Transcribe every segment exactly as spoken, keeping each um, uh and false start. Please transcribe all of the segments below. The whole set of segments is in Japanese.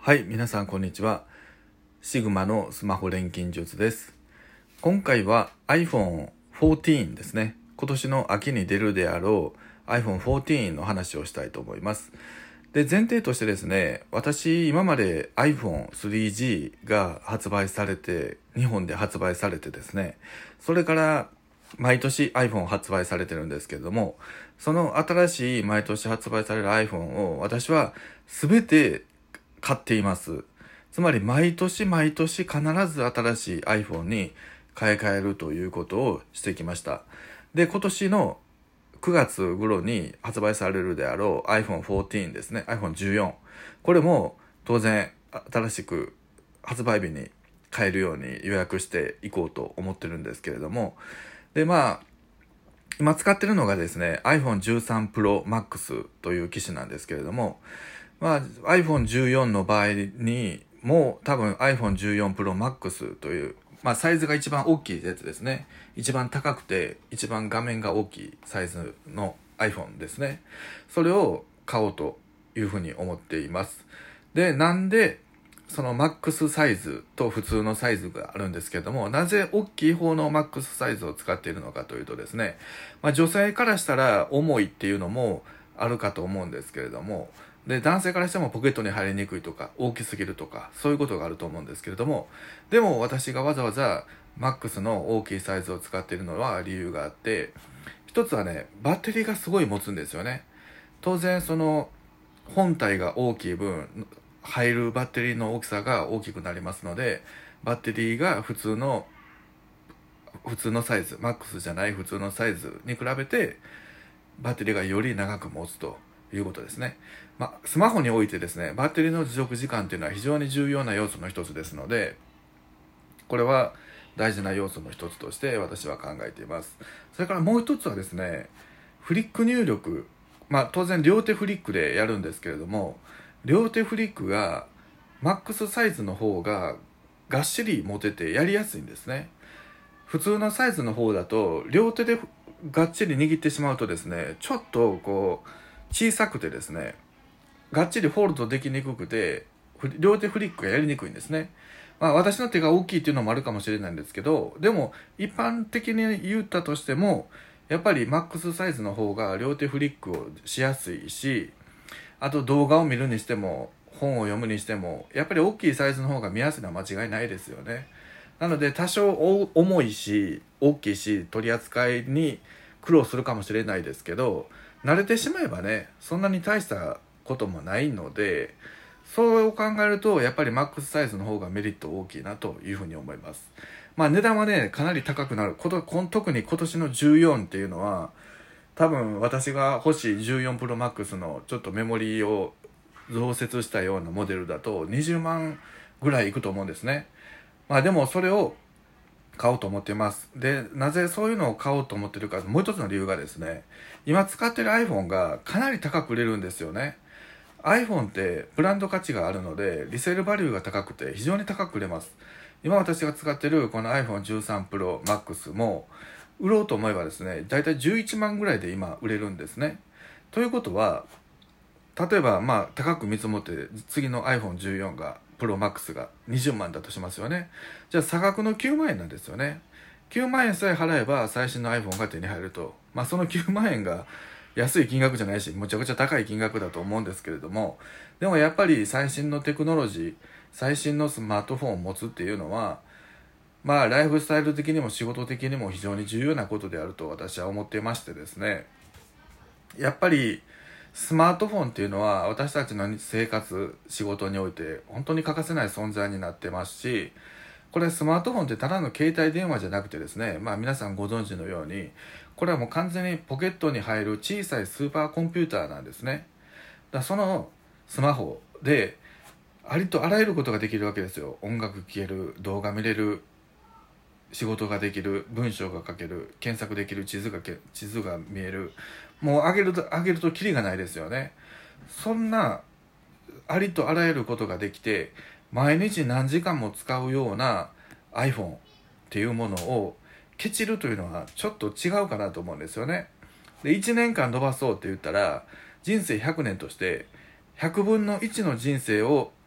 はい、皆さんこんにちは。シグマのスマホ錬金術です。今回は アイフォンフォーティーン ですね。今年の秋に出るであろう アイフォンフォーティーン の話をしたいと思います。で、前提としてですね、私今まで アイフォンスリージー が発売されて、日本で発売されてですね、それから毎年 iPhone 発売されてるんですけれども、その新しい毎年発売される iPhone を私は全て買っています。つまり毎年毎年必ず新しい iPhone に買い替えるということをしてきました。で、今年のくがつ頃に発売されるであろう アイフォンフォーティーン ですね。アイフォンじゅうよん。これも当然新しく発売日に買えるように予約していこうと思ってるんですけれども。で、まあ、今使ってるのがですね、アイフォンじゅうさん Pro Max という機種なんですけれども、まあ、アイフォンじゅうよん の場合にも多分 アイフォンじゅうよん Pro Max という、まあサイズが一番大きいやつですね。一番高くて一番画面が大きいサイズの iPhone ですね。それを買おうというふうに思っています。で、なんでその Max サイズと普通のサイズがあるんですけども、なぜ大きい方の Max サイズを使っているのかというとですね、まあ女性からしたら重いっていうのもあるかと思うんですけれども、で、男性からしてもポケットに入りにくいとか、大きすぎるとか、そういうことがあると思うんですけれども、でも私がわざわざ Max の大きいサイズを使っているのは理由があって、一つはね、バッテリーがすごい持つんですよね。当然その本体が大きい分、入るバッテリーの大きさが大きくなりますので、バッテリーが普通の、普通のサイズ、Max じゃない普通のサイズに比べて、バッテリーがより長く持つということですね。まあ、スマホにおいてですね、バッテリーの持続時間というのは非常に重要な要素の一つですので、これは大事な要素の一つとして私は考えています。それからもう一つはですね、フリック入力。まあ当然両手フリックでやるんですけれども、両手フリックがマックスサイズの方ががっしり持ててやりやすいんですね。普通のサイズの方だと両手でがっちり握ってしまうとですね、ちょっとこう小さくてですね、がっちりホールドできにくくて、両手フリックがやりにくいんですね。まあ私の手が大きいっていうのもあるかもしれないんですけど、でも一般的に言ったとしても、やっぱりマックスサイズの方が両手フリックをしやすいし、あと動画を見るにしても、本を読むにしても、やっぱり大きいサイズの方が見やすいのは間違いないですよね。なので多少重いし、大きいし、取り扱いに苦労するかもしれないですけど、慣れてしまえばね、そんなに大したこともないので、そう考えるとやっぱりマックスサイズの方がメリット大きいなというふうに思います。まあ値段はね、かなり高くなる。こと特に今年のじゅうよんっていうのは、多分私が欲しいじゅうよん Pro Max のちょっとメモリーを増設したようなモデルだとにじゅうまんぐらいいくと思うんですね。まあでもそれを買おうと思っています。で、なぜそういうのを買おうと思ってるか、もう一つの理由がですね、今使ってる iPhone がかなり高く売れるんですよね。iPhone ってブランド価値があるので、リセールバリューが高くて非常に高く売れます。今私が使ってるこの アイフォンじゅうさん Pro Max も、売ろうと思えばですね、だいたいじゅういちまんぐらいで今売れるんですね。ということは、例えばまあ高く見積もって次の アイフォンじゅうよん がプロマックスがにじゅうまんだとしますよね。じゃあ差額のきゅうまんえんなんですよね。きゅうまんえんさえ払えば最新の iPhone が手に入ると。まあそのきゅうまんえんが安い金額じゃないし、むちゃくちゃ高い金額だと思うんですけれども、でもやっぱり最新のテクノロジー、最新のスマートフォンを持つっていうのは、まあライフスタイル的にも仕事的にも非常に重要なことであると私は思っていましてですね、やっぱりスマートフォンっていうのは私たちの生活、仕事において本当に欠かせない存在になってますし、これスマートフォンってただの携帯電話じゃなくてですね、まあ皆さんご存知のように、これはもう完全にポケットに入る小さいスーパーコンピューターなんですね。だからそのスマホでありとあらゆることができるわけですよ。音楽聴ける、動画見れる、仕事ができる、文章が書ける、検索できる、地図がけ地図が見える、もう上げると上げるとキリがないですよね。そんなありとあらゆることができて、毎日何時間も使うような iPhone っていうものをケチるというのはちょっと違うかなと思うんですよね。で、いちねんかん伸ばそうって言ったら、人生ひゃくねんとしてひゃくぶんのいちの人生を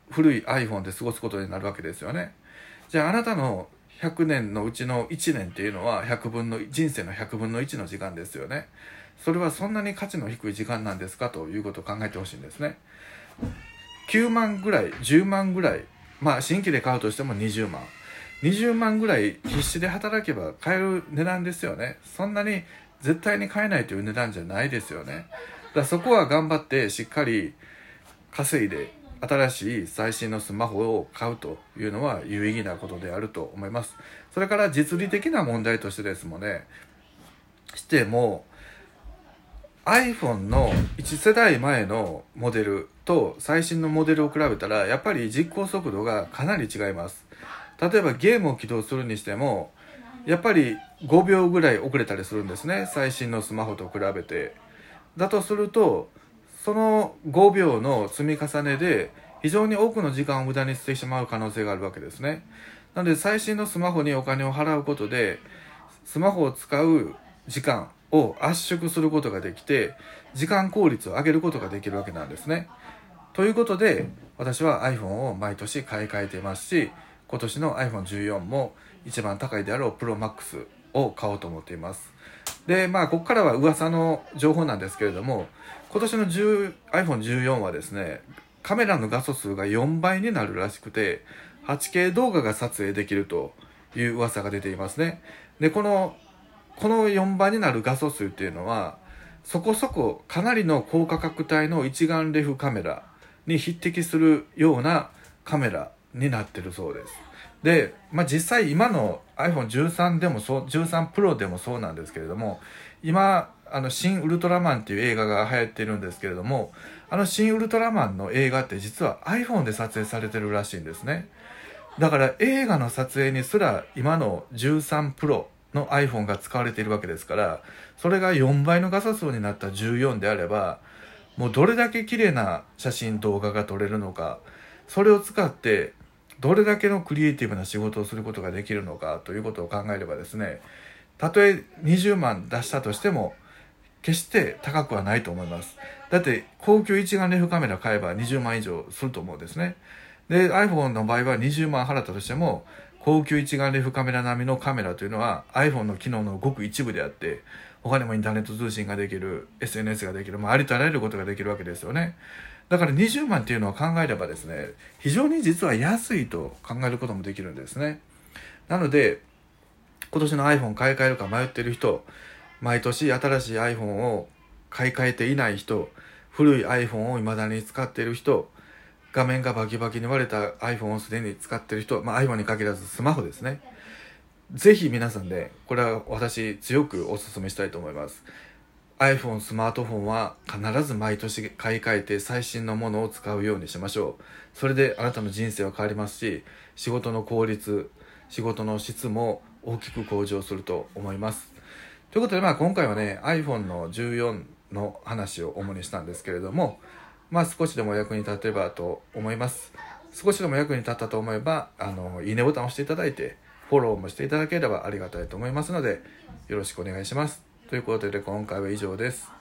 古い iPhone で過ごすことになるわけですよね。じゃああなたのひゃくねんのうちのいちねんっていうのはひゃくぶんの人生のひゃくぶんのいちの時間ですよね。それはそんなに価値の低い時間なんですかということを考えてほしいんですね。きゅうまんぐらい、じゅうまんぐらい、まあ新規で買うとしてもにじゅうまん、にじゅうまんぐらい必死で働けば買える値段ですよね。そんなに絶対に買えないという値段じゃないですよね。だからそこは頑張ってしっかり稼いで新しい最新のスマホを買うというのは有意義なことであると思います。それから実利的な問題としてですもね、しても iPhone のいち世代前のモデルと最新のモデルを比べたらやっぱり実行速度がかなり違います。例えばゲームを起動するにしてもやっぱりごびょうぐらい遅れたりするんですね、最新のスマホと比べて。だとするとそのごびょうの積み重ねで非常に多くの時間を無駄にしてしまう可能性があるわけですね。なので最新のスマホにお金を払うことでスマホを使う時間を圧縮することができて時間効率を上げることができるわけなんですね。ということで私は iPhone を毎年買い替えていますし、今年の アイフォンじゅうよん も一番高いであろう Pro Max を買おうと思っています。でまあここからは噂の情報なんですけれども、今年の アイフォンじゅうよん はですね、カメラの画素数がよんばいになるらしくて はちケー 動画が撮影できるという噂が出ていますね。でこのこのよんばいになる画素数っていうのはそこそこかなりの高価格帯の一眼レフカメラに匹敵するようなカメラになってるそうです。で、まあ、実際今の アイフォンじゅうさん でもそう、じゅうさん Pro でもそうなんですけれども、今あの新ウルトラマンっていう映画が流行ってるんですけれども、あの新ウルトラマンの映画って実は iPhone で撮影されてるらしいんですね。だから映画の撮影にすら今のじゅうさん Pro の iPhone が使われているわけですから、それがよんばいの画素数になったじゅうよんであれば、もうどれだけ綺麗な写真動画が撮れるのか、それを使ってどれだけのクリエイティブな仕事をすることができるのかということを考えればですね、たとえにじゅうまん出したとしても決して高くはないと思います。だって高級一眼レフカメラ買えばにじゅうまん以上すると思うんですね。で iPhone の場合はにじゅうまん払ったとしても高級一眼レフカメラ並みのカメラというのは iPhone の機能のごく一部であって、他にもインターネット通信ができる、 エスエヌエス ができる、まあ、ありとあらゆることができるわけですよね。だからにじゅうまんっていうのを考えればですね、非常に実は安いと考えることもできるんですね。なので今年の iPhone 買い替えるか迷っている人、毎年新しい iPhone を買い替えていない人、古い iPhone を未だに使っている人、画面がバキバキに割れた iPhone をすでに使っている人、まあ、iPhone に限らずスマホですね。ぜひ皆さんで、これは私強くお勧めしたいと思います。iPhone、スマートフォンは必ず毎年買い替えて最新のものを使うようにしましょう。それであなたの人生は変わりますし、仕事の効率、仕事の質も大きく向上すると思います。ということで、まあ今回はね iPhone のじゅうよんの話を主にしたんですけれども、まあ少しでも役に立てばと思います。少しでも役に立ったと思えば、あのいいねボタンを押していただいてフォローもしていただければありがたいと思いますので、よろしくお願いします。ということで今回は以上です。